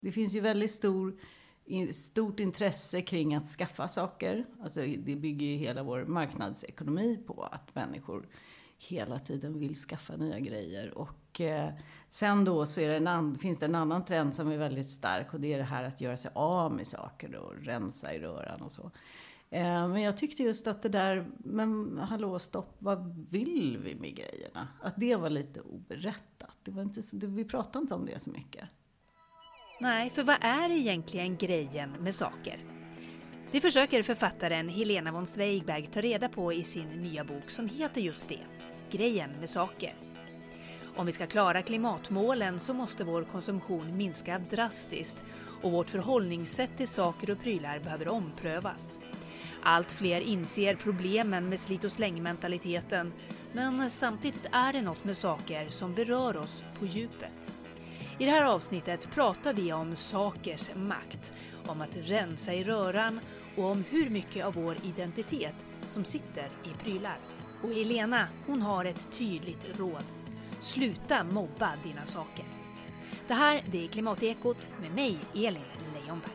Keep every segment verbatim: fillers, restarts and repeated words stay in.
Det finns ju väldigt stor, stort intresse kring att skaffa saker. Alltså det bygger ju hela vår marknadsekonomi på att människor hela tiden vill skaffa nya grejer. Och eh, sen då så är det en an- finns det en annan trend som är väldigt stark. Och det är det här att göra sig av med saker och rensa i röran och så. Eh, men jag tyckte just att det där, men hallå stopp, vad vill vi med grejerna? Att det var lite oberättat. Det var inte så, det, vi pratade inte om det så mycket. Nej, för vad är egentligen grejen med saker? Det försöker författaren Helena von Zweigbergk ta reda på i sin nya bok som heter just det, Grejen med saker. Om vi ska klara klimatmålen så måste vår konsumtion minska drastiskt och vårt förhållningssätt till saker och prylar behöver omprövas. Allt fler inser problemen med slit- och slängmentaliteten, men samtidigt är det något med saker som berör oss på djupet. I det här avsnittet pratar vi om sakers makt, om att rensa i röran och om hur mycket av vår identitet som sitter i prylar. Och Helena, hon har ett tydligt råd. Sluta mobba dina saker. Det här det är Klimatekot med mig, Elin Lejonberg.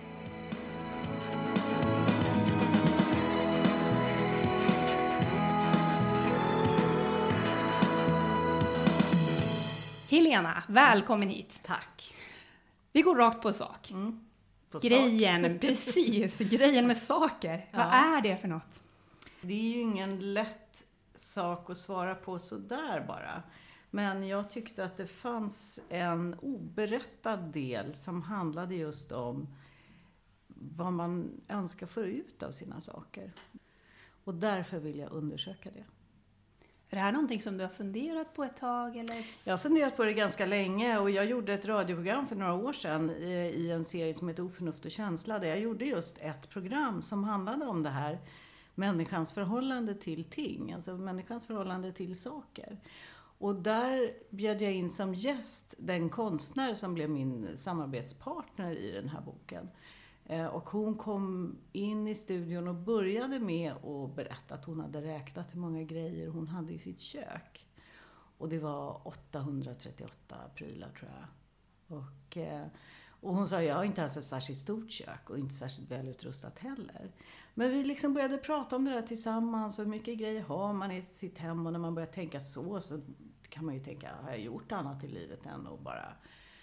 Helena, välkommen hit. Tack. Vi går rakt på sak. Mm, på grejen, sak. precis. Grejen med saker. Ja. Vad är det för något? Det är ju ingen lätt sak att svara på så där bara. Men jag tyckte att det fanns en oberättad del som handlade just om vad man önskar få ut av sina saker. Och därför vill jag undersöka det. Är det här någonting som du har funderat på ett tag? Eller? Jag har funderat på det ganska länge och jag gjorde ett radioprogram för några år sedan i, i en serie som heter Oförnuft och känsla. Där jag gjorde just ett program som handlade om det här. Människans förhållande till ting, alltså människans förhållande till saker. Och där bjöd jag in som gäst den konstnär som blev min samarbetspartner i den här boken. Och hon kom in i studion och började med att berätta att hon hade räknat hur många grejer hon hade i sitt kök. Och det var åttahundratrettioåtta prylar tror jag. Och, och hon sa, jag har inte alls ett särskilt stort kök och inte särskilt välutrustat heller. Men vi liksom började prata om det där tillsammans och hur mycket grejer har man i sitt hem. Och när man börjar tänka så så kan man ju tänka, har jag gjort annat i livet än att bara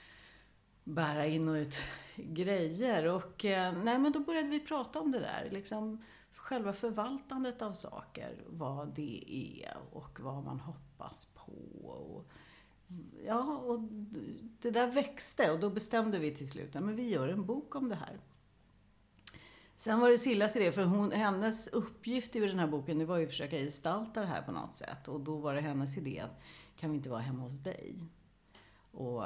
bära in och ut grejer. Och nej, men då började vi prata om det där. Liksom själva förvaltandet av saker, vad det är och vad man hoppas på. Och, ja, och det där växte och då bestämde vi till slut, men vi gör en bok om det här. Sen var det Sillas idé, för hon, hennes uppgift i den här boken det var ju att försöka gestalta det här på något sätt. Och då var det hennes idé att kan vi inte vara hemma hos dig? Och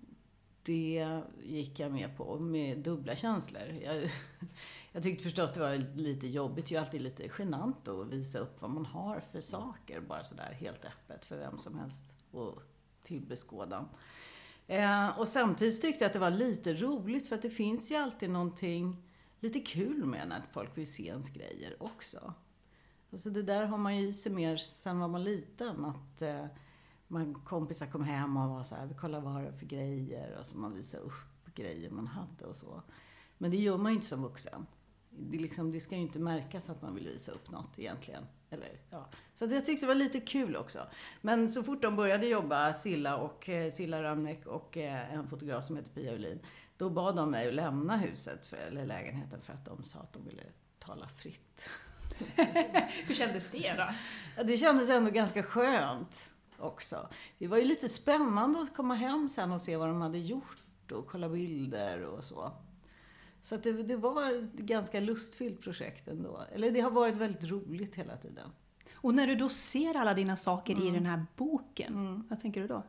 det gick jag med på med dubbla känslor. Jag, jag tyckte förstås det var lite jobbigt, det är ju alltid lite genant att visa upp vad man har för saker. Bara sådär helt öppet för vem som helst och till beskådan. Eh, och samtidigt tyckte jag att det var lite roligt för att det finns ju alltid någonting lite kul med när folk vill se ens grejer också. Alltså det där har man ju i sig mer sen var man liten. Att eh, man kompisar kom hem och var så här, vi kollar vad det är för grejer. Och så man visar upp grejer man hade och så. Men det gör man ju inte som vuxen. Det, liksom, det ska ju inte märkas att man vill visa upp något egentligen. Eller, ja. Så jag tyckte det var lite kul också. Men så fort de började jobba, Silla och eh, Silla Ramnek och eh, en fotograf som heter Pia Ulin. Då bad de mig att lämna huset för, eller lägenheten för att de sa att de ville tala fritt. Hur kändes det då? Ja, det kändes ändå ganska skönt också. Det var ju lite spännande att komma hem sen och se vad de hade gjort och kolla bilder och så. Så att det, det var ett ganska lustfyllt projekt ändå. Eller det har varit väldigt roligt hela tiden. Och när du då ser alla dina saker mm. i den här boken, mm. vad tänker du då?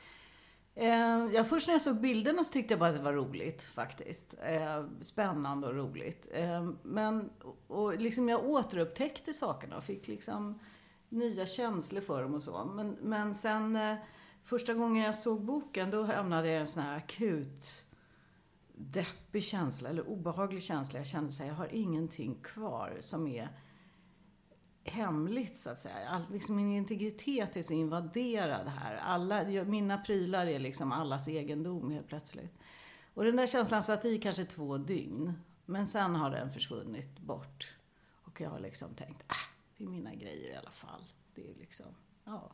Eh, ja, först när jag såg bilderna så tyckte jag bara att det var roligt faktiskt. Eh, spännande och roligt. Eh, men och liksom jag återupptäckte sakerna och fick liksom nya känslor för dem och så. Men, men sen eh, första gången jag såg boken då hamnade jag i en sån här akut deppig känsla eller obehaglig känsla. Jag kände sig jag har ingenting kvar som är hemligt så att säga. All, liksom min integritet är så invaderad här. Alla, mina prylar är liksom allas egendom helt plötsligt. Och den där känslan satt i kanske två dygn. Men sen har den försvunnit bort. Och jag har liksom tänkt, ah, det är mina grejer i alla fall. Det är liksom, ja.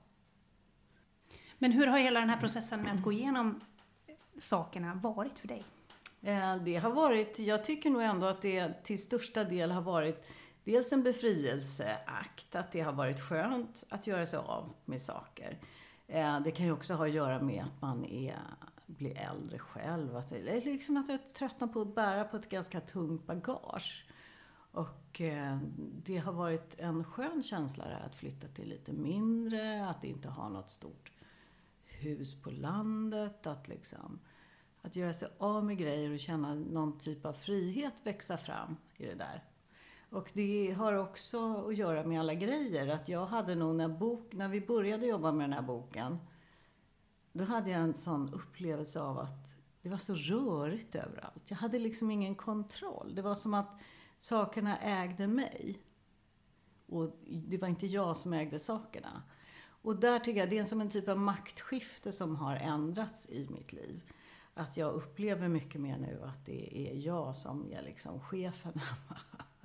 Men hur har hela den här processen med att gå igenom sakerna varit för dig? Det har varit, jag tycker nog ändå att det till största del har varit dels en befrielseakt. Att det har varit skönt att göra sig av med saker. Det kan ju också ha att göra med att man är, blir äldre själv. Att, liksom att jag tröttnar på att bära på ett ganska tungt bagage. Och det har varit en skön känsla där, att flytta till lite mindre. Att inte ha något stort hus på landet. Att liksom... Att göra sig av med grejer och känna någon typ av frihet växa fram i det där. Och det har också att göra med alla grejer. Att jag hade nog när, bok, när vi började jobba med den här boken. Då hade jag en sån upplevelse av att det var så rörigt överallt. Jag hade liksom ingen kontroll. Det var som att sakerna ägde mig. Och det var inte jag som ägde sakerna. Och där tycker jag det är som en typ av maktskifte som har ändrats i mitt liv. Att jag upplever mycket mer nu att det är jag som är liksom chefen hemma.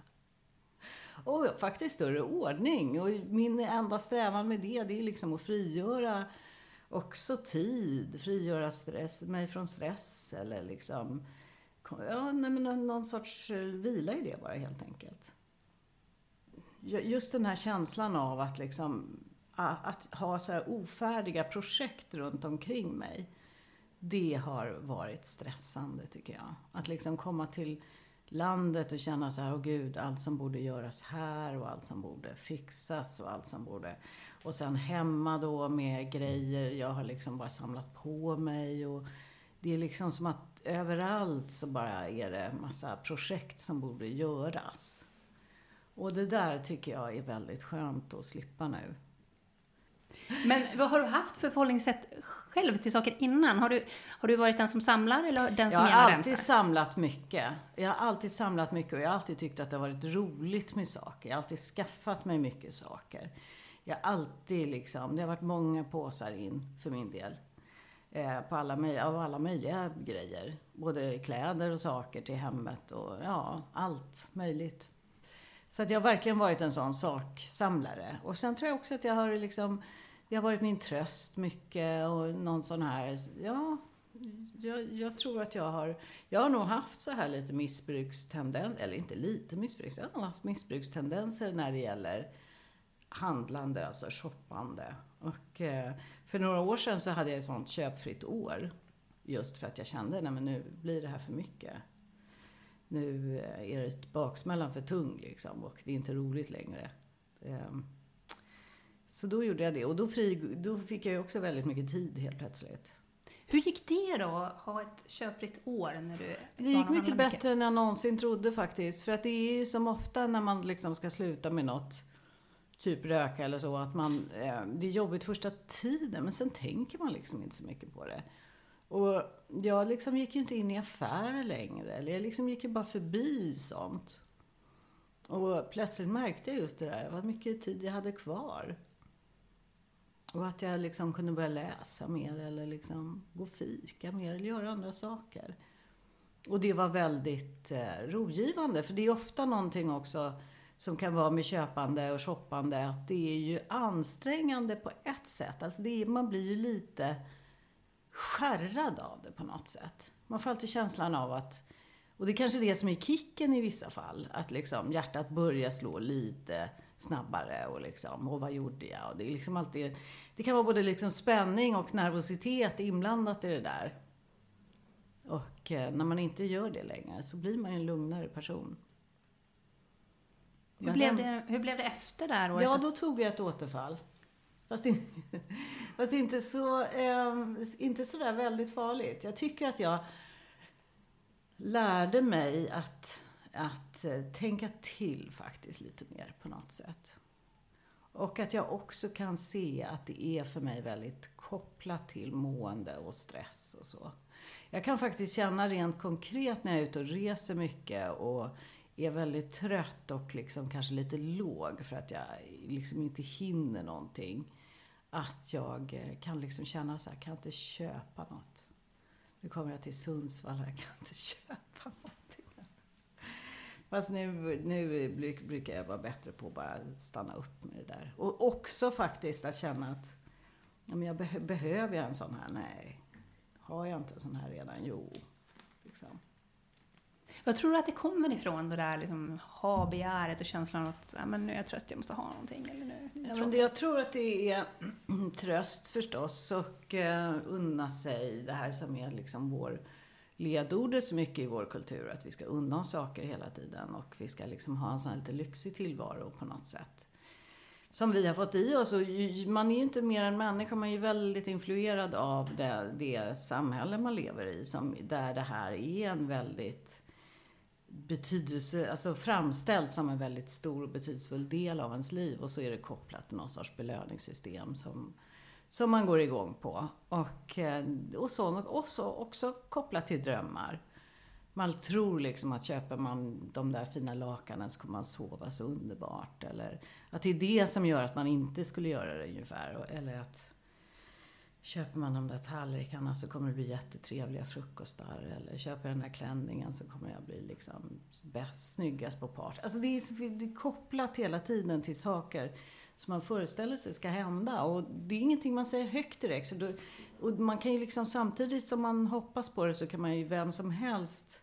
Och faktiskt större ordning. Och min enda strävan med det, det är liksom att frigöra också tid. Frigöra stress, mig från stress. Eller liksom, ja, nej, men någon sorts vila i det bara helt enkelt. Just den här känslan av att liksom, att ha så här ofärdiga projekt runt omkring mig. Det har varit stressande tycker jag. Att liksom komma till landet och känna så här, åh gud, allt som borde göras här och allt som borde fixas och allt som borde... Och sen hemma då med grejer, jag har liksom bara samlat på mig och det är liksom som att överallt så bara är det massa projekt som borde göras. Och det där tycker jag är väldigt skönt att slippa nu. Men vad har du haft för förhållningssätt själv till saker innan? Har du, har du varit den som samlar eller den som gärna rensar? Jag har alltid samlat mycket. Jag har alltid samlat mycket och jag har alltid tyckt att det har varit roligt med saker. Jag har alltid skaffat mig mycket saker. Jag har alltid liksom, det har varit många påsar in för min del. Eh, på alla, av alla möjliga grejer. Både kläder och saker till hemmet och ja, allt möjligt. Så att jag har verkligen varit en sån saksamlare. Och sen tror jag också att jag har liksom, det har varit min tröst mycket och någon sån här, ja, jag, jag tror att jag har, jag har nog haft så här lite missbrukstendens, eller inte lite missbruks, jag har nog haft missbrukstendenser när det gäller handlande, alltså shoppande. Och eh, för några år sedan så hade jag ett sånt köpfritt år. Just för att jag kände, nej men nu blir det här för mycket. Nu är det baksmällan för tung liksom och det är inte roligt längre. Så då gjorde jag det och då, fri, då fick jag ju också väldigt mycket tid helt plötsligt. Hur gick det då att ha ett köpfritt år när du... Det gick mycket bättre mycket? än jag någonsin trodde faktiskt. För att det är ju som ofta när man liksom ska sluta med något, typ röka eller så, att man, det är jobbigt första tiden men sen tänker man liksom inte så mycket på det. Och jag liksom gick ju inte in i affärer längre. Eller jag liksom gick ju bara förbi sånt. Och plötsligt märkte jag just det där. Vad mycket tid jag hade kvar. Och att jag liksom kunde börja läsa mer. Eller liksom gå fika mer. Eller göra andra saker. Och det var väldigt eh, rogivande. För det är ofta någonting också som kan vara med köpande och shoppande. Att det är ju ansträngande på ett sätt. Alltså det är, man blir ju lite... skärrad av det på något sätt. Man får alltid känslan av att, och det är kanske det som är kicken i vissa fall, att liksom hjärtat börjar slå lite snabbare och liksom, och vad gjorde jag? Och det är liksom alltid, det kan vara både liksom spänning och nervositet inblandat i det där. Och eh, när man inte gör det längre så blir man ju en lugnare person. Hur, blev, sen, det, hur blev det efter där året? Ja, då tog jag ett återfall. Fast, in, fast inte så eh, inte så där väldigt farligt. Jag tycker att jag lärde mig att, att eh, tänka till faktiskt lite mer på något sätt. Och att jag också kan se att det är för mig väldigt kopplat till mående och stress och så. Jag kan faktiskt känna rent konkret när jag är ute och reser mycket och är väldigt trött och liksom kanske lite låg för att jag liksom inte hinner någonting. Att jag kan liksom känna så här, kan jag inte köpa något? Nu kommer jag till Sundsvall, jag kan inte köpa någonting. Fast nu, nu brukar jag vara bättre på att bara stanna upp med det där. Och också faktiskt att känna att ja, men jag be- behöver jag en sån här? Nej. Har jag inte en sån här redan? Jo. Liksom. Vad tror du att det kommer ifrån det där liksom, ha-begäret och känslan att ja, men nu är jag trött, jag måste ha någonting? Eller nu, nu ja, men det, jag tror att det är tröst förstås och uh, unna sig det här som är liksom vår ledordet så mycket i vår kultur. Att vi ska unna oss saker hela tiden och vi ska liksom ha en sån här lite lyxig tillvaro på något sätt. Som vi har fått i oss. Och man är ju inte mer än människa, man är ju väldigt influerad av det, det samhälle man lever i. Som, där det här är en väldigt betydelse, alltså framställd som en väldigt stor och betydelsefull del av ens liv. Och så är det kopplat till någon sorts belöningssystem som, som man går igång på. Och, och, så, och så också kopplat till drömmar. Man tror liksom att köper man de där fina lakanen så kommer man sova så underbart. Eller att det är det som gör att man inte skulle göra det ungefär. Eller att köper man de där tallrikarna så kommer det bli jättetrevliga frukostar. Eller köper den där klänningen så kommer jag bli liksom bäst, snyggast på part. Alltså det är, det är kopplat hela tiden till saker som man föreställer sig ska hända. Och det är ingenting man säger högt direkt. Så då, och man kan ju liksom samtidigt som man hoppas på det så kan man ju vem som helst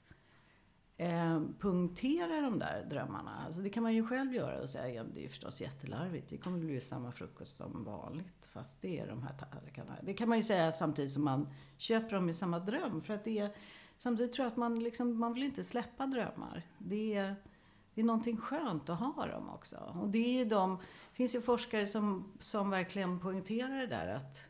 eh, punktera de där drömmarna. Alltså det kan man ju själv göra och säga ja, det är förstås jättelarvigt. Det kommer bli samma frukost som vanligt fast det är de här tallrikarna. Det kan man ju säga samtidigt som man köper dem i samma dröm. För att det är, samtidigt tror jag att man, liksom, man vill inte släppa drömmar. Det är... Det är någonting skönt att ha dem också. Och det är de, finns ju forskare som, som verkligen poängterar det där att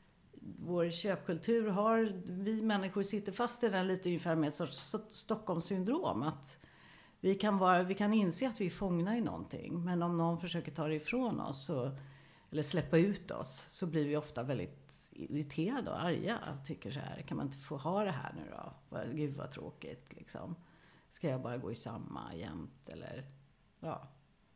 vår köpkultur har, vi människor sitter fast i den lite ungefär med ett sorts Stockholmssyndrom. Att vi kan, vara, vi kan inse att vi är fångna i någonting. Men om någon försöker ta det ifrån oss så, eller släppa ut oss så blir vi ofta väldigt irriterade och arga. Tycker så här, kan man inte få ha det här nu då? Gud vad tråkigt liksom. Ska jag bara gå i samma jämt eller ja.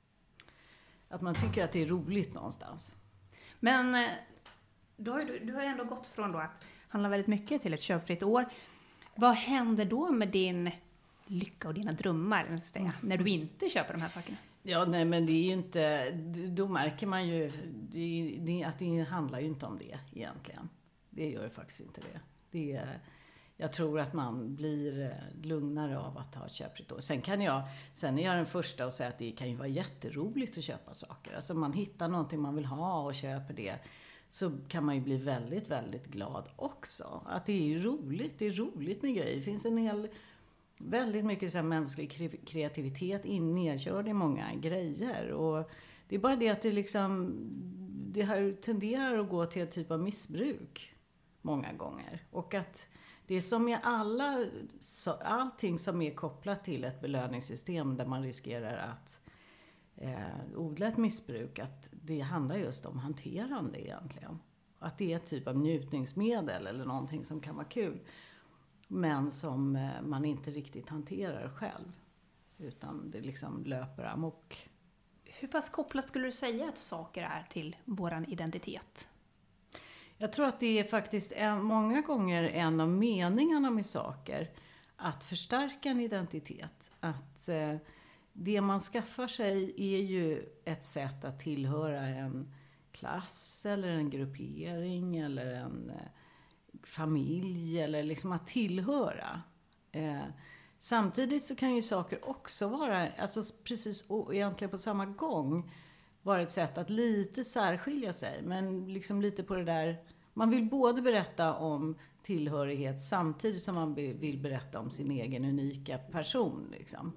Att man tycker att det är roligt någonstans. Men du har ju du har ändå gått från då att handla väldigt mycket till ett köpfritt år. Vad händer då med din lycka och dina drömmar mm. när du inte köper de här sakerna? Ja, nej men det är ju inte, då märker man ju det, det, att det handlar ju inte om det egentligen. Det gör faktiskt inte det. Det är Jag tror att man blir lugnare av att ha ett köpfritt år. Sen kan jag, sen är jag den första att säga att det kan ju vara jätteroligt att köpa saker. Alltså man hittar någonting man vill ha och köper det. Så kan man ju bli väldigt, väldigt glad också. Att det är ju roligt, det är roligt med grejer. Det finns en hel, väldigt mycket så här mänsklig kreativitet in, nedkörd i många grejer. Och det är bara det att det liksom, det här tenderar att gå till en typ av missbruk många gånger. Och att det som är alla, allting som är kopplat till ett belöningssystem där man riskerar att eh, odla ett missbruk, att det handlar just om hanterande egentligen. Att det är ett typ av njutningsmedel eller någonting som kan vara kul. Men som eh, man inte riktigt hanterar själv. Utan det liksom löper amok. Hur pass kopplat skulle du säga att saker är till våran identitet? Jag tror att det är faktiskt en, många gånger en av meningarna med saker att förstärka en identitet. Att eh, det man skaffar sig är ju ett sätt att tillhöra en klass eller en gruppering eller en eh, familj eller liksom att tillhöra. Eh, samtidigt så kan ju saker också vara, alltså precis och egentligen på samma gång, vara ett sätt att lite särskilja sig. Men liksom lite på det där, man vill både berätta om tillhörighet samtidigt som man vill berätta om sin egen unika person liksom.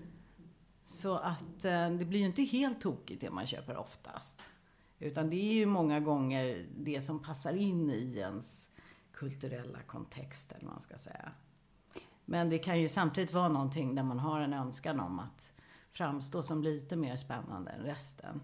Så att eh, det blir ju inte helt tokigt det man köper oftast. Utan det är ju många gånger det som passar in i ens kulturella kontext eller vad man ska säga. Men det kan ju samtidigt vara någonting där man har en önskan om att framstå som lite mer spännande än resten.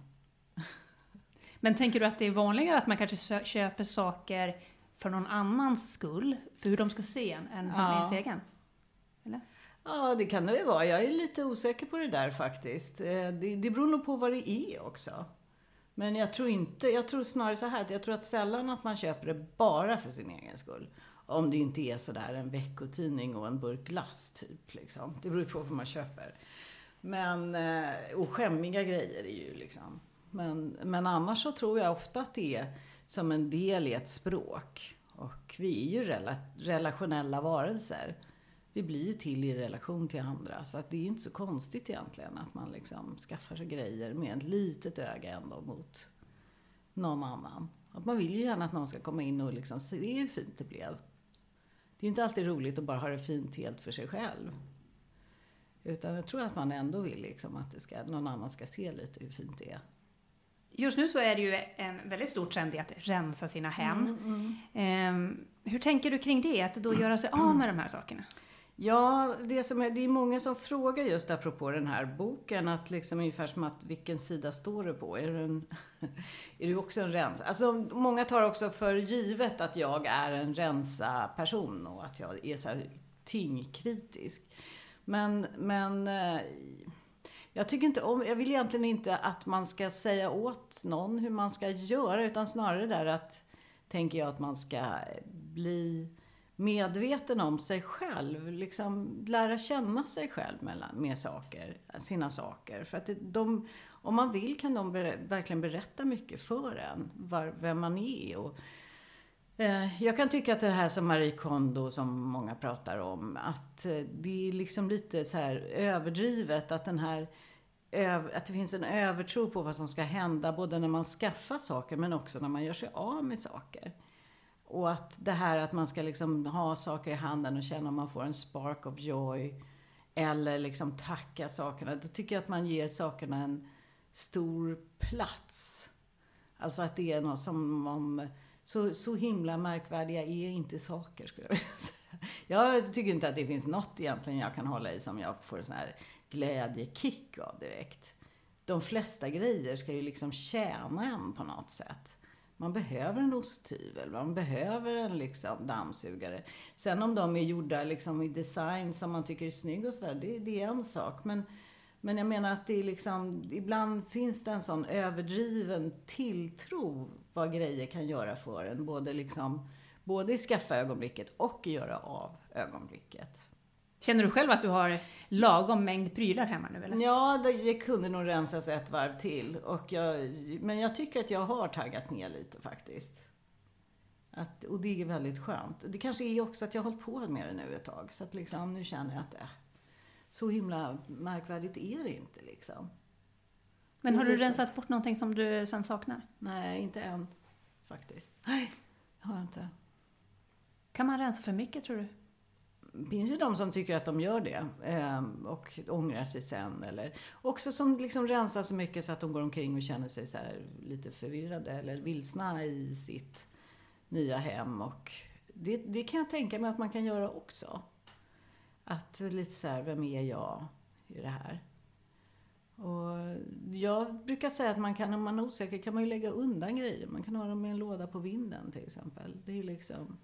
Men tänker du att det är vanligare att man kanske köper saker för någon annans skull, för hur de ska se en, än ja. ens egen? Eller? Ja, det kan det ju vara. Jag är lite osäker på det där faktiskt. Det, det beror nog på vad det är också. Men jag tror inte, jag tror snarare så här att jag tror att sällan att man köper det bara för sin egen skull. Om det inte är sådär en veckotidning och en burk glass typ liksom. Det beror på vad man köper. Men, och skämmiga grejer är ju liksom. Men, men annars så tror jag ofta att det är som en del i ett språk. Och vi är ju rela, relationella varelser. Vi blir ju till i relation till andra. Så att det är inte så konstigt egentligen att man liksom skaffar sig grejer med ett litet öga ändå mot någon annan. Att man vill ju gärna att någon ska komma in och liksom se hur fint det blev. Det är inte alltid roligt att bara ha det fint helt för sig själv. Utan jag tror att man ändå vill liksom att det ska, någon annan ska se lite hur fint det är. Just nu så är det ju en väldigt stor trend i att rensa sina hem. Mm, mm. Um, hur tänker du kring det? Att då göra sig av med de här sakerna? Ja, det, som är, det är många som frågar just apropå den här boken. Att liksom ungefär som att vilken sida står du på? Är du, en, är du också en rens? Alltså många tar också för givet att jag är en rensa person. Och att jag är så här tingkritisk. Men, men jag tycker inte om, jag vill egentligen inte att man ska säga åt någon hur man ska göra. Utan snarare där att, tänker jag att man ska bli medveten om sig själv. Liksom lära känna sig själv med, med saker, sina saker. För att det, de, om man vill kan de ber, verkligen berätta mycket för en. Var, vem man är och jag kan tycka att det här som Marie Kondo som många pratar om, att det är liksom lite så här överdrivet att den här att det finns en övertro på vad som ska hända både när man skaffar saker men också när man gör sig av med saker. Och att det här att man ska liksom ha saker i handen och känna att man får en spark of joy eller liksom tacka sakerna, då tycker jag att man ger sakerna en stor plats. Alltså att det är något som om Så, så himla märkvärdiga är inte saker, skulle jag vilja säga. Jag tycker inte att det finns något egentligen jag kan hålla i som jag får en sån här glädjekick av direkt. De flesta grejer ska ju liksom tjäna en på något sätt. Man behöver en osthyvel, man behöver en liksom dammsugare. Sen om de är gjorda liksom i design som man tycker är snygg och sådär, det, det är en sak. Men, men jag menar att det är liksom, ibland finns det en sån överdriven tilltro vad grejer kan göra för en. Både, liksom, både i skaffa ögonblicket och i göra av ögonblicket. Känner du själv att du har lagom mängd prylar hemma nu eller? Ja, det kunde nog rensas ett varv till. Och jag, men jag tycker att jag har taggat ner lite faktiskt. Att, och det är väldigt skönt. Det kanske är också att jag har hållit på med det nu ett tag. Så att liksom, nu känner jag att äh, så himla märkvärdigt är det inte liksom. Men har du rensat bort någonting som du sen saknar? Nej, inte än faktiskt. Nej, jag har inte. Kan man rensa för mycket tror du? Det finns ju de som tycker att de gör det eh, och ångrar sig sen. Eller också som liksom rensar så mycket så att de går omkring och känner sig så här lite förvirrade eller vilsna i sitt nya hem. Och det, det kan jag tänka mig att man kan göra också. Att lite så här, vem är jag i det här? Och jag brukar säga att man kan, om man är osäker kan man ju lägga undan grejer. Man kan ha dem i en låda på vinden till exempel. Det är liksom,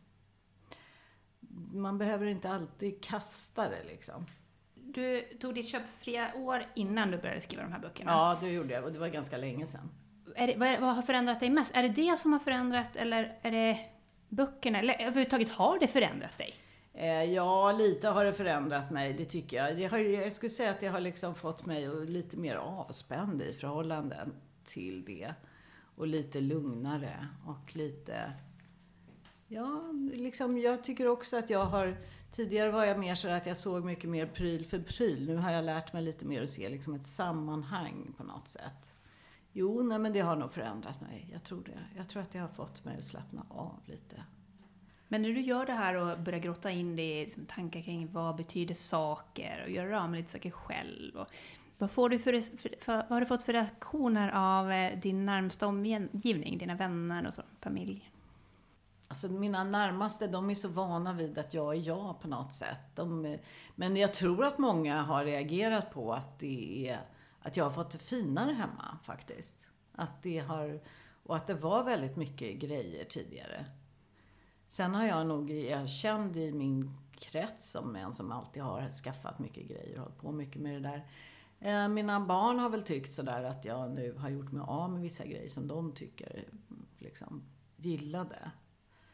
man behöver inte alltid kasta det liksom. Du tog ditt köpfria år innan du började skriva de här böckerna. Ja, det gjorde jag och det var ganska länge sedan. Är det, vad, vad har förändrat dig mest? Är det det som har förändrat eller är det böckerna? Eller överhuvudtaget har det förändrat dig? Ja, lite har det förändrat mig, det tycker jag. Jag, har, jag skulle säga att jag har liksom fått mig lite mer avspänd i förhållanden till det. Och lite lugnare och lite... Ja, liksom jag tycker också att jag har... Tidigare var jag mer så att jag såg mycket mer pryl för pryl. Nu har jag lärt mig lite mer att se liksom ett sammanhang på något sätt. Jo, nej, men det har nog förändrat mig. Jag tror det. Jag tror att det har fått mig att slappna av lite. Men när du gör det här och börjar grotta in det i liksom tankar kring vad betyder saker och göra av med lite saker själv. Och vad, får du för, för, för, vad har du fått för reaktioner av din närmsta omgivning, dina vänner och så, familj? Alltså mina närmaste, de är så vana vid att jag är jag på något sätt. De, men jag tror att många har reagerat på att, det är, att jag har fått det finare hemma faktiskt. Att det har, och att det var väldigt mycket grejer tidigare. Sen har jag nog, jag känd i min krets som en som alltid har skaffat mycket grejer och hållit på mycket med det där. Mina barn har väl tyckt sådär att jag nu har gjort mig av med vissa grejer som de tycker liksom gillade.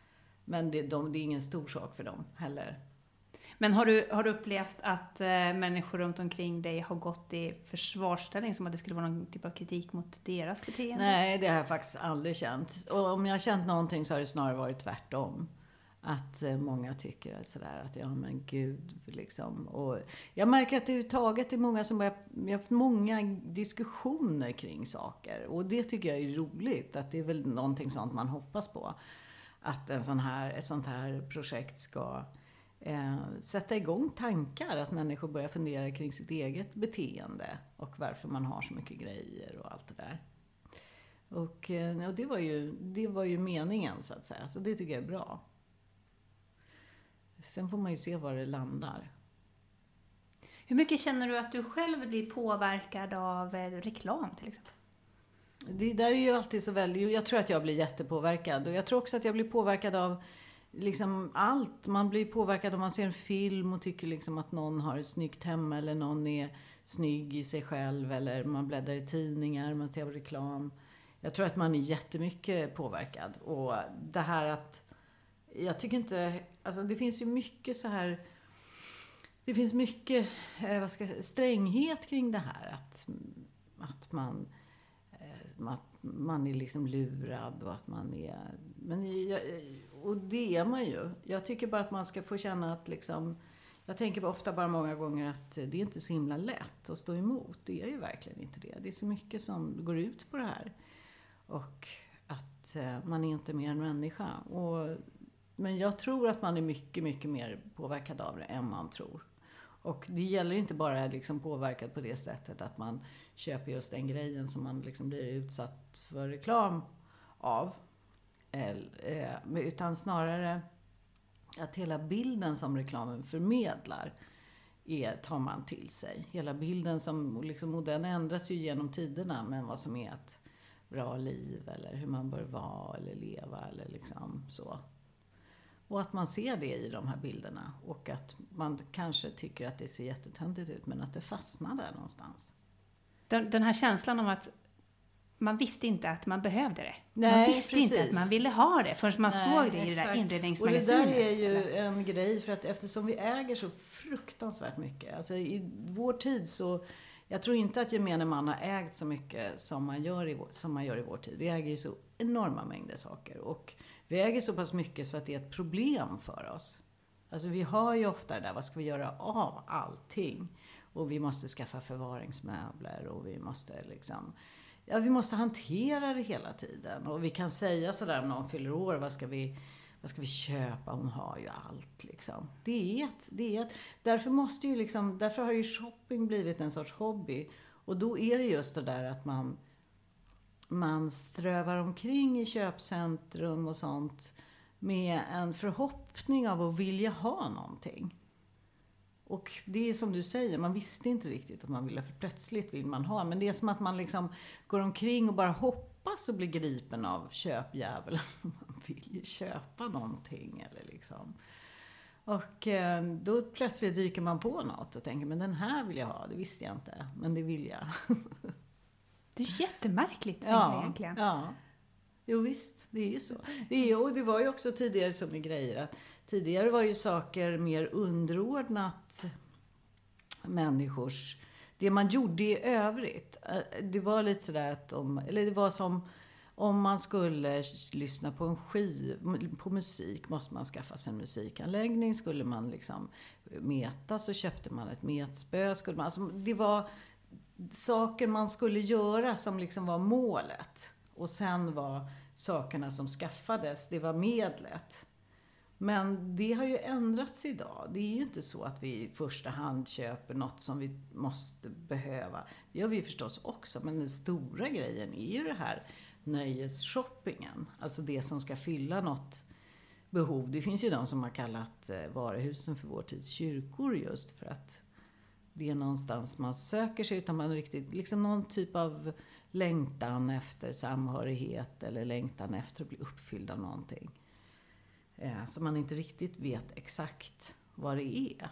Men det, de, det är ingen stor sak för dem heller. Men har du, har du upplevt att eh, människor runt omkring dig har gått i försvarsställning som att det skulle vara någon typ av kritik mot deras beteende? Nej, det har jag faktiskt aldrig känt. Och om jag har känt någonting så har det snarare varit tvärtom. Att eh, många tycker att sådär att ja men gud liksom. Och jag märker att det överhuvudtaget är många som börjar, vi har haft många diskussioner kring saker. Och det tycker jag är roligt. Att det är väl någonting sånt man hoppas på. Att en sån här, ett sånt här projekt ska eh, sätta igång tankar. Att människor börjar fundera kring sitt eget beteende. Och varför man har så mycket grejer och allt det där. Och, eh, och det, var ju, det var ju meningen så att säga. Så det tycker jag är bra. Sen får man ju se var det landar. Hur mycket känner du att du själv blir påverkad av eh, reklam till exempel? Det där är ju alltid så väldigt... Jag tror att jag blir jättepåverkad. Och jag tror också att jag blir påverkad av liksom allt. Man blir påverkad om man ser en film och tycker liksom att någon har ett snyggt hem. Eller någon är snygg i sig själv. Eller man bläddrar i tidningar, man ser reklam. Jag tror att man är jättemycket påverkad. Och det här att... Jag tycker inte... Alltså det finns ju mycket så här... Det finns mycket eh, vad ska, stränghet kring det här. Att, att man... Att man är liksom lurad och att man är... Men jag, och det är man ju. Jag tycker bara att man ska få känna att liksom... Jag tänker ofta bara många gånger att det är inte så himla lätt att stå emot. Det är ju verkligen inte det. Det är så mycket som går ut på det här. Och att man är inte mer än människa. Och, men jag tror att man är mycket, mycket mer påverkad av det än man tror. Och det gäller inte bara liksom påverkad på det sättet att man köper just den grejen som man liksom blir utsatt för reklam av. Utan snarare att hela bilden som reklamen förmedlar är, tar man till sig. Hela bilden som liksom, och den ändras ju genom tiderna, men vad som är ett bra liv eller hur man bör vara eller leva eller liksom så. Och att man ser det i de här bilderna. Och att man kanske tycker att det ser jättetöntigt ut. Men att det fastnar där någonstans. Den, den här känslan om att man visste inte att man behövde det. Nej, man visste precis. inte att man ville ha det. Förrän man Nej, såg det i exakt. det där inredningsmagasinet. Och det där är ju eller? en grej. För att eftersom vi äger så fruktansvärt mycket. Alltså i vår tid så... Jag tror inte att gemene man har ägt så mycket som man gör i vår, som man gör i vår tid. Vi äger ju så enorma mängder saker. Och vi äger så pass mycket så att det är ett problem för oss. Alltså vi har ju ofta det där, vad ska vi göra av allting? Och vi måste skaffa förvaringsmöbler och vi måste liksom... Ja, vi måste hantera det hela tiden. Och vi kan säga sådär om någon fyller år, vad ska vi... Vad ska vi köpa? Hon har ju allt liksom. Det är ett, det är ett, därför måste ju liksom, därför har ju shopping blivit en sorts hobby. Och då är det just det där att man, man strövar omkring i köpcentrum och sånt med en förhoppning av att vilja ha någonting. Och det är som du säger, man visste inte riktigt att man ville, för plötsligt vill man ha. Men det är som att man liksom går omkring och bara hoppas och blir gripen av köpjävulen. Man vill ju köpa någonting eller liksom. Och eh, då plötsligt dyker man på något och tänker, men den här vill jag ha, det visste jag inte, men det vill jag. Det är jättemärkligt, tänker ja, jag egentligen. Ja, jo visst, det är ju så. Det är, och det var ju också tidigare som med grejer att tidigare var ju saker mer underordnat människors... Det man gjorde i övrigt. Det var lite sådär att om... Eller det var som om man skulle lyssna på en skiv, på musik måste man skaffa sig en musikanläggning. Skulle man liksom meta så köpte man ett metspö. Skulle man, alltså det var saker man skulle göra som liksom var målet. Och sen var sakerna som skaffades, det var medlet. Men det har ju ändrats idag. Det är ju inte så att vi i första hand köper något som vi måste behöva. Det gör vi förstås också. Men den stora grejen är ju det här nöjesshoppingen. Alltså det som ska fylla något behov. Det finns ju de som har kallat varuhusen för vår tids kyrkor just för att det är någonstans man söker sig utan man riktigt, liksom någon typ av längtan efter samhörighet eller längtan efter att bli uppfylld av någonting. Eh, så man inte riktigt vet exakt vad det är.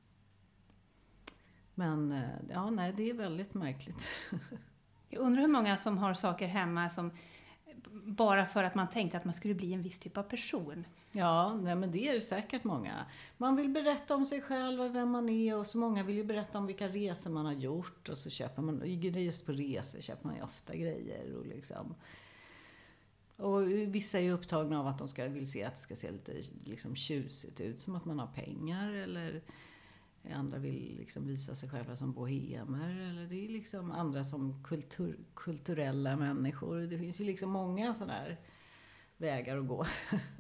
Men eh, ja, nej, det är väldigt märkligt. Jag undrar hur många som har saker hemma som bara för att man tänkte att man skulle bli en viss typ av person. Ja, nej, men det är det säkert många. Man vill berätta om sig själv och vem man är, och så många vill ju berätta om vilka resor man har gjort, och så köper man, just på resor köper man ju ofta grejer och liksom. Och vissa är ju upptagna av att de ska, vill se att det ska se lite liksom tjusigt ut, som att man har pengar, eller andra vill liksom visa sig själva som bohemer, eller det är liksom andra som kultur, kulturella människor. Det finns ju liksom många sådana här vägar att gå.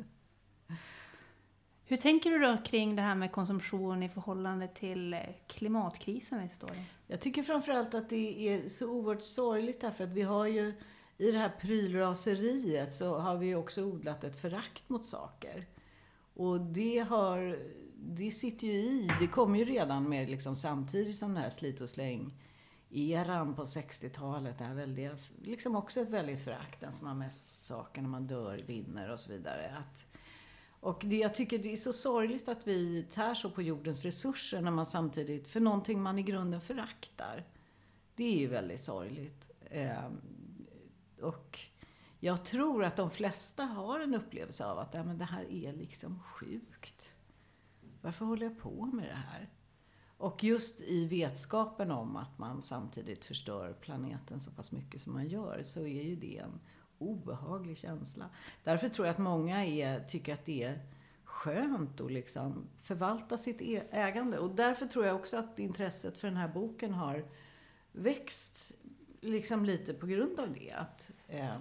Hur tänker du då kring det här med konsumtion i förhållande till klimatkrisen vi står i? Jag tycker framförallt att det är så oerhört sorgligt, därför att vi har ju i det här prylraseriet så har vi också odlat ett förakt mot saker. Och det har, det sitter ju i, det kom ju redan med liksom samtidigt som den här slit och släng eran på sextiotalet, det här väldiga, liksom också ett väldigt förakt, den som har mest saker när man dör, vinner och så vidare. Att, och det, jag tycker det är så sorgligt att vi tär så på jordens resurser när man samtidigt, för någonting man i grunden föraktar. Det är ju väldigt sorgligt. Eh, och jag tror att de flesta har en upplevelse av att ja, men det här är liksom sjukt. Varför håller jag på med det här? Och just i vetskapen om att man samtidigt förstör planeten så pass mycket som man gör, så är ju det en obehaglig känsla. Därför tror jag att många är, tycker att det är skönt att liksom förvalta sitt ägande. Och därför tror jag också att intresset för den här boken har växt liksom lite på grund av det. Att, eh,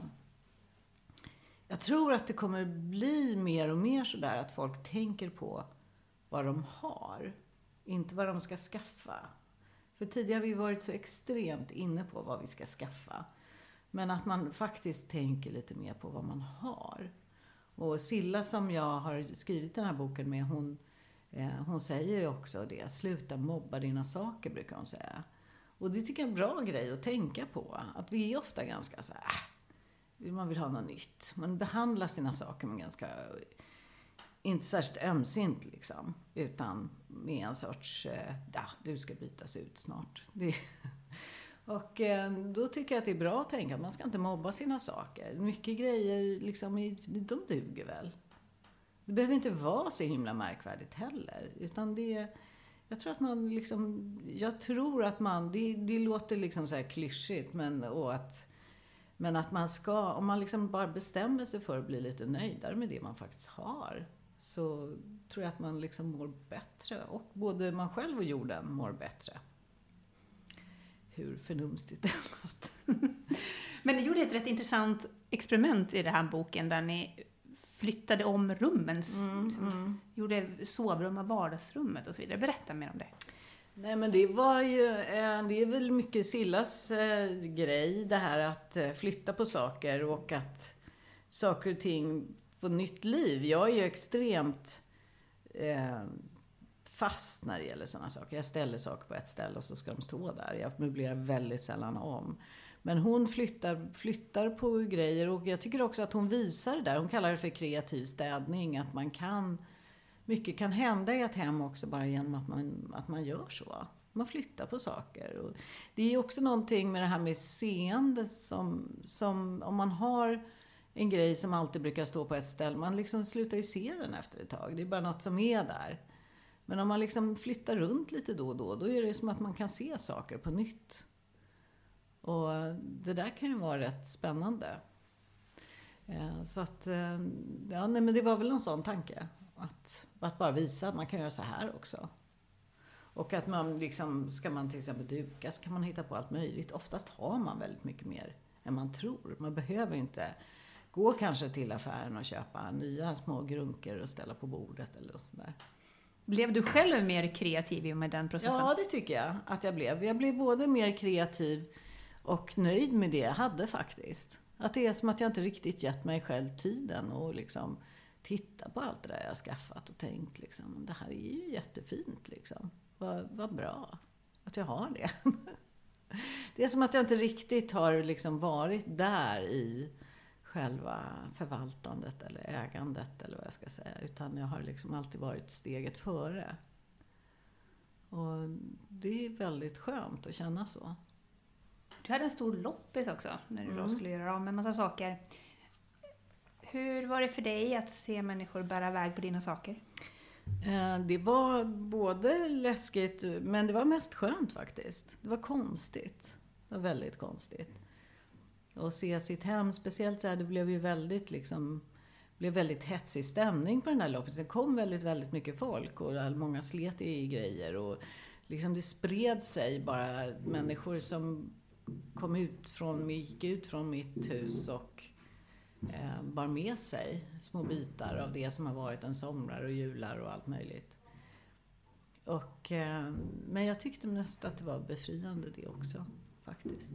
jag tror att det kommer bli mer och mer så där att folk tänker på vad de har, inte vad de ska skaffa. För tidigare har vi varit så extremt inne på vad vi ska skaffa. Men att man faktiskt tänker lite mer på vad man har. Och Silla, som jag har skrivit den här boken med, hon, eh, hon säger ju också det. Sluta mobba dina saker, brukar hon säga. Och det tycker jag är en bra grej att tänka på. Att vi är ofta ganska så här, äh, man vill ha något nytt. Man behandlar sina saker med ganska, inte särskilt ömsint liksom. Utan med en sorts, eh, ja, du ska bytas ut snart. Det, och eh, då tycker jag att det är bra att tänka att man ska inte mobba sina saker. Mycket grejer liksom, de duger väl. Det behöver inte vara så himla märkvärdigt heller. Utan det, jag tror att man liksom, jag tror att man, det, det låter liksom så här klyschigt, men, och att, men att man ska, om man liksom bara bestämmer sig för att bli lite nöjdare med det man faktiskt har, så tror jag att man liksom mår bättre. Och både man själv och jorden mår bättre. Hur förnumstigt det är. Men ni gjorde ett rätt intressant experiment i den här boken där ni flyttade om rummen. Mm, liksom, mm. Gjorde sovrum och vardagsrummet och så vidare. Berätta mer om det. Nej, men det var ju, det är väl mycket Sillas eh, grej, det här att flytta på saker och att saker och ting får nytt liv. Jag är ju extremt eh, fast när det gäller sådana saker. Jag ställer saker på ett ställe och så ska de stå där. Jag möblerar väldigt sällan om. Men hon flyttar, flyttar på grejer, och jag tycker också att hon visar det där. Hon kallar det för kreativ städning. Att man kan, mycket kan hända i ett hem också bara genom att man, att man gör så. Man flyttar på saker. Och det är ju också någonting med det här med seende som, som om man har en grej som alltid brukar stå på ett ställe. Man liksom slutar ju se den efter ett tag. Det är bara något som är där. Men om man liksom flyttar runt lite då och då, då är det som att man kan se saker på nytt. Och det där kan ju vara rätt spännande. Så att, ja, nej, men det var väl någon sån tanke. Att, att bara visa att man kan göra så här också. Och att man liksom, ska man till exempel duka, så kan man hitta på allt möjligt. Oftast har man väldigt mycket mer än man tror. Man behöver inte gå kanske till affären och köpa nya små grunker och ställa på bordet eller sådär. Blev du själv mer kreativ med den processen? Ja, det tycker jag att jag blev. Jag blev både mer kreativ och nöjd med det jag hade faktiskt. Att det är som att jag inte riktigt gett mig själv tiden och liksom titta på allt det där jag skaffat och tänkt liksom, det här är ju jättefint liksom. Vad, vad bra att jag har det. Det är som att jag inte riktigt har liksom varit där i själva förvaltandet eller ägandet eller vad jag ska säga, utan jag har liksom alltid varit steget före. Och det är väldigt skönt att känna så. Du hade en stor loppis också när du mm. då skulle göra av med en massa saker. Hur var det för dig att se människor bära iväg på dina saker? Det var både läskigt, men det var mest skönt faktiskt. Det var konstigt. Det var väldigt konstigt. Och se sitt hem, speciellt så här, det blev ju väldigt liksom, blev väldigt hetsig stämning på den här loppet. Det kom väldigt, väldigt mycket folk och många slet i grejer och liksom det spred sig bara människor som kom ut från, gick ut från mitt hus och eh, bar med sig små bitar av det som har varit en somrar och jular och allt möjligt. Och, eh, men jag tyckte mest att det var befriande det också, faktiskt.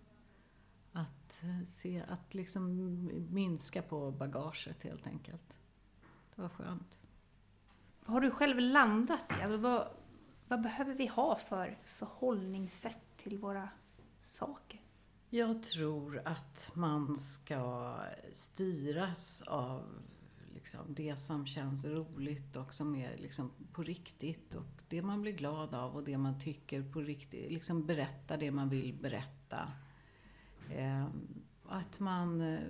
Att se, att liksom minska på bagaget helt enkelt. Det var skönt. Vad har du själv landat i? Alltså, vad, vad behöver vi ha för förhållningssätt till våra saker? Jag tror att man ska styras av liksom det som känns roligt och som är liksom på riktigt. Och det man blir glad av och det man tycker på riktigt. Liksom berätta det man vill berätta. Eh, att man... Eh,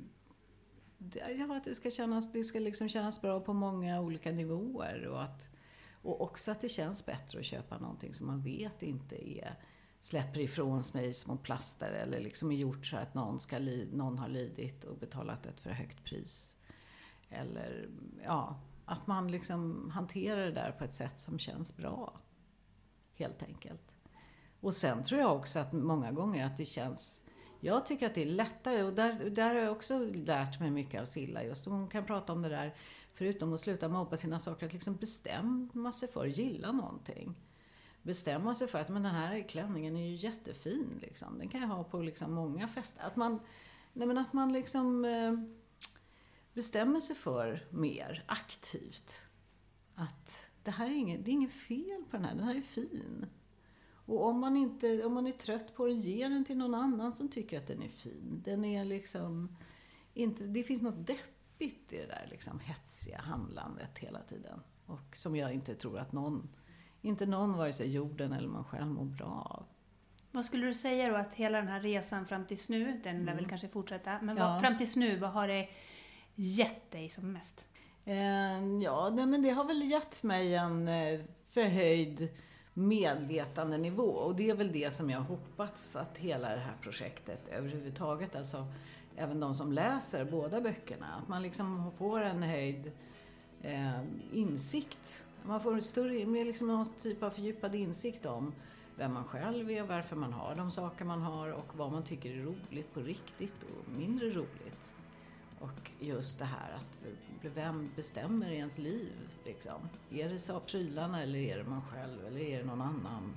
ja, att det ska kännas, det ska liksom kännas bra på många olika nivåer. Och, att, och också att det känns bättre att köpa någonting som man vet inte är... släpper ifrån sig små plaster eller liksom är gjort så att någon, ska li, någon har lidit och betalat ett för högt pris. Eller ja, att man liksom hanterar det där på ett sätt som känns bra. Helt enkelt. Och sen tror jag också att många gånger att det känns... Jag tycker att det är lättare och där, där har jag också lärt mig mycket av Silla. Just som hon kan prata om det där, förutom att sluta mobba sina saker, att liksom bestämma sig för att gilla någonting. Bestämma sig för att men den här klänningen är ju jättefin liksom. Den kan jag ha på liksom många fester. Att man, nej men att man liksom eh, bestämmer sig för mer aktivt. Att det här är inget, det är inget fel på den här, den här är fin. Och om man inte, om man är trött på den, ge den till någon annan som tycker att den är fin. Den är liksom inte, det finns något deppigt i det där liksom hetsiga handlandet hela tiden. Och som jag inte tror att någon Inte någon, vare sig jorden eller man själv, mår bra av. Vad skulle du säga då att hela den här resan fram tills nu, den lär mm. väl kanske fortsätta, men ja. vad, fram tills nu, vad har det gett dig som mest? Eh, ja, nej, men det har väl gett mig en eh, förhöjd medvetandenivå. Och det är väl det som jag hoppats att hela det här projektet överhuvudtaget, alltså även de som läser båda böckerna, att man liksom får en höjd eh, insikt. Man får en större, mer liksom någon typ av fördjupad insikt om vem man själv är, varför man har de saker man har och vad man tycker är roligt på riktigt och mindre roligt. Och just det här att vem bestämmer i ens liv liksom. Är det så prylarna eller är det man själv eller är det någon annan?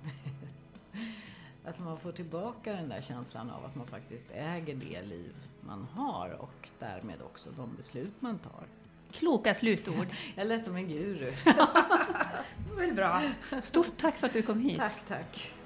Att man får tillbaka den där känslan av att man faktiskt äger det liv man har och därmed också de beslut man tar. Kloka slutord. Jag lät som en guru. Väl bra. Stort tack för att du kom hit. Tack, tack.